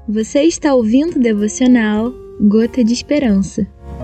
Você está ouvindo o devocional Gota de Esperança.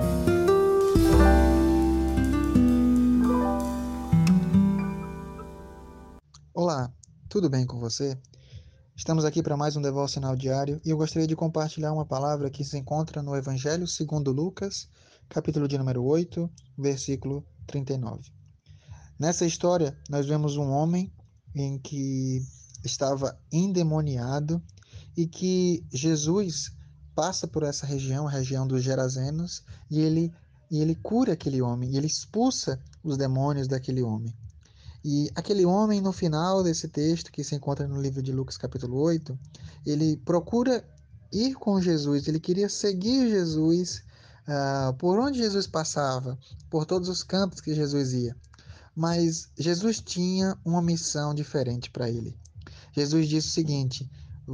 Olá, tudo bem com você? Estamos aqui para mais um devocional diário e eu gostaria de compartilhar uma palavra que se encontra no Evangelho segundo Lucas, capítulo de número 8, versículo 39. Nessa história, nós vemos um homem em que estava endemoniado e que Jesus passa por essa região, a região dos Gerazenos, e ele cura aquele homem, e ele expulsa os demônios daquele homem. E aquele homem, no final desse texto, que se encontra no livro de Lucas, capítulo 8, ele procura ir com Jesus, ele queria seguir Jesus por onde Jesus passava, por todos os campos que Jesus ia. Mas Jesus tinha uma missão diferente para ele. Jesus disse o seguinte,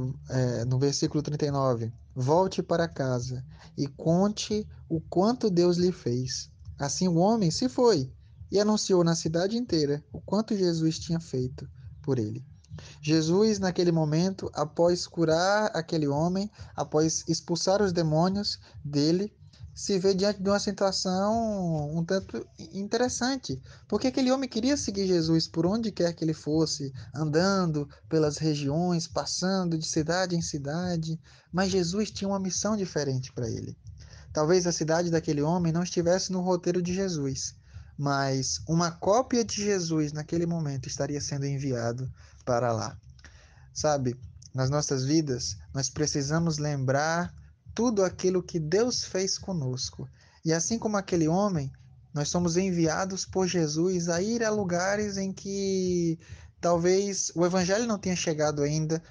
no versículo 39, volte para casa e conte o quanto Deus lhe fez. Assim o homem se foi e anunciou na cidade inteira o quanto Jesus tinha feito por ele. Jesus, naquele momento, após curar aquele homem, após expulsar os demônios dele, se vê diante de uma situação um tanto interessante, porque aquele homem queria seguir Jesus por onde quer que ele fosse, andando pelas regiões, passando de cidade em cidade, mas Jesus tinha uma missão diferente para ele. Talvez a cidade daquele homem não estivesse no roteiro de Jesus, mas uma cópia de Jesus naquele momento estaria sendo enviado para lá. Sabe, nas nossas vidas, nós precisamos lembrar tudo aquilo que Deus fez conosco. E assim como aquele homem, nós somos enviados por Jesus a ir a lugares em que talvez o evangelho não tenha chegado ainda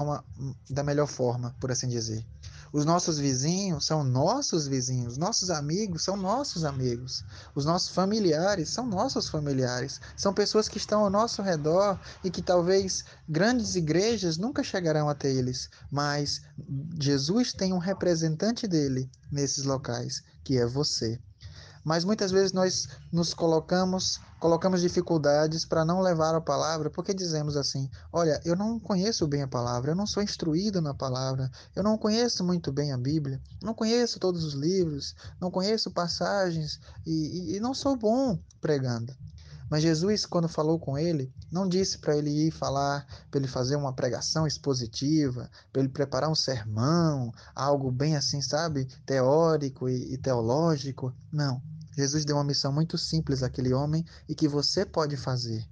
da melhor forma, por assim dizer. Os nossos vizinhos são nossos vizinhos, nossos amigos são nossos amigos, os nossos familiares são nossos familiares, são pessoas que estão ao nosso redor e que talvez grandes igrejas nunca chegarão até eles, mas Jesus tem um representante dele nesses locais, que é você. Mas muitas vezes nós nos colocamos dificuldades para não levar a palavra, porque dizemos assim, olha, eu não conheço bem a palavra, eu não sou instruído na palavra, eu não conheço muito bem a Bíblia, não conheço todos os livros, não conheço passagens e não sou bom pregando. Mas Jesus, quando falou com ele, não disse para ele ir falar, para ele fazer uma pregação expositiva, para ele preparar um sermão, algo bem assim, sabe, teórico e teológico. Não. Jesus deu uma missão muito simples àquele homem e que você pode fazer.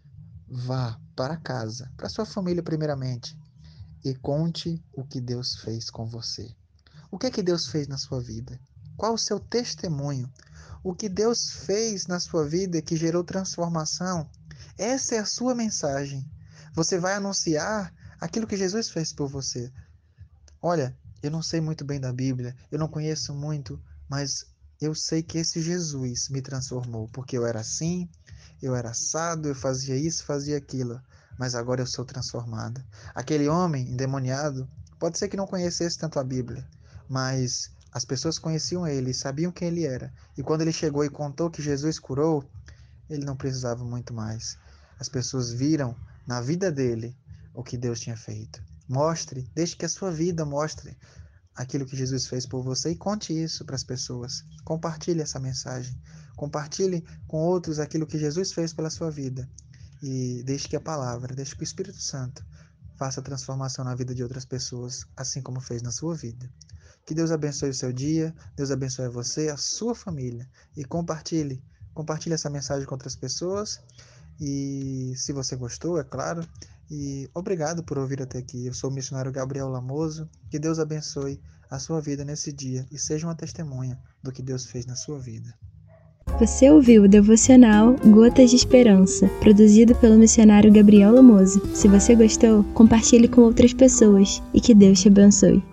Vá para casa, para sua família primeiramente, e conte o que Deus fez com você. O que é que Deus fez na sua vida? Qual o seu testemunho? O que Deus fez na sua vida que gerou transformação? Essa é a sua mensagem. Você vai anunciar aquilo que Jesus fez por você. Olha, eu não sei muito bem da Bíblia, eu não conheço muito, mas eu sei que esse Jesus me transformou, porque eu era assim, eu era assado, eu fazia isso, fazia aquilo, mas agora eu sou transformada. Aquele homem endemoniado, pode ser que não conhecesse tanto a Bíblia, mas as pessoas conheciam ele, sabiam quem ele era. E quando ele chegou e contou que Jesus curou, ele não precisava muito mais. As pessoas viram na vida dele o que Deus tinha feito. Deixe que a sua vida mostre aquilo que Jesus fez por você e conte isso para as pessoas. Compartilhe essa mensagem. Compartilhe com outros aquilo que Jesus fez pela sua vida. E deixe que deixe que o Espírito Santo faça transformação na vida de outras pessoas, assim como fez na sua vida. Que Deus abençoe o seu dia, Deus abençoe você, a sua família. E compartilhe essa mensagem com outras pessoas. E se você gostou, é claro. E obrigado por ouvir até aqui. Eu sou o missionário Gabriel Lamoso. Que Deus abençoe a sua vida nesse dia e seja uma testemunha do que Deus fez na sua vida. Você ouviu o devocional Gotas de Esperança, produzido pelo missionário Gabriel Lamoso. Se você gostou, compartilhe com outras pessoas e que Deus te abençoe.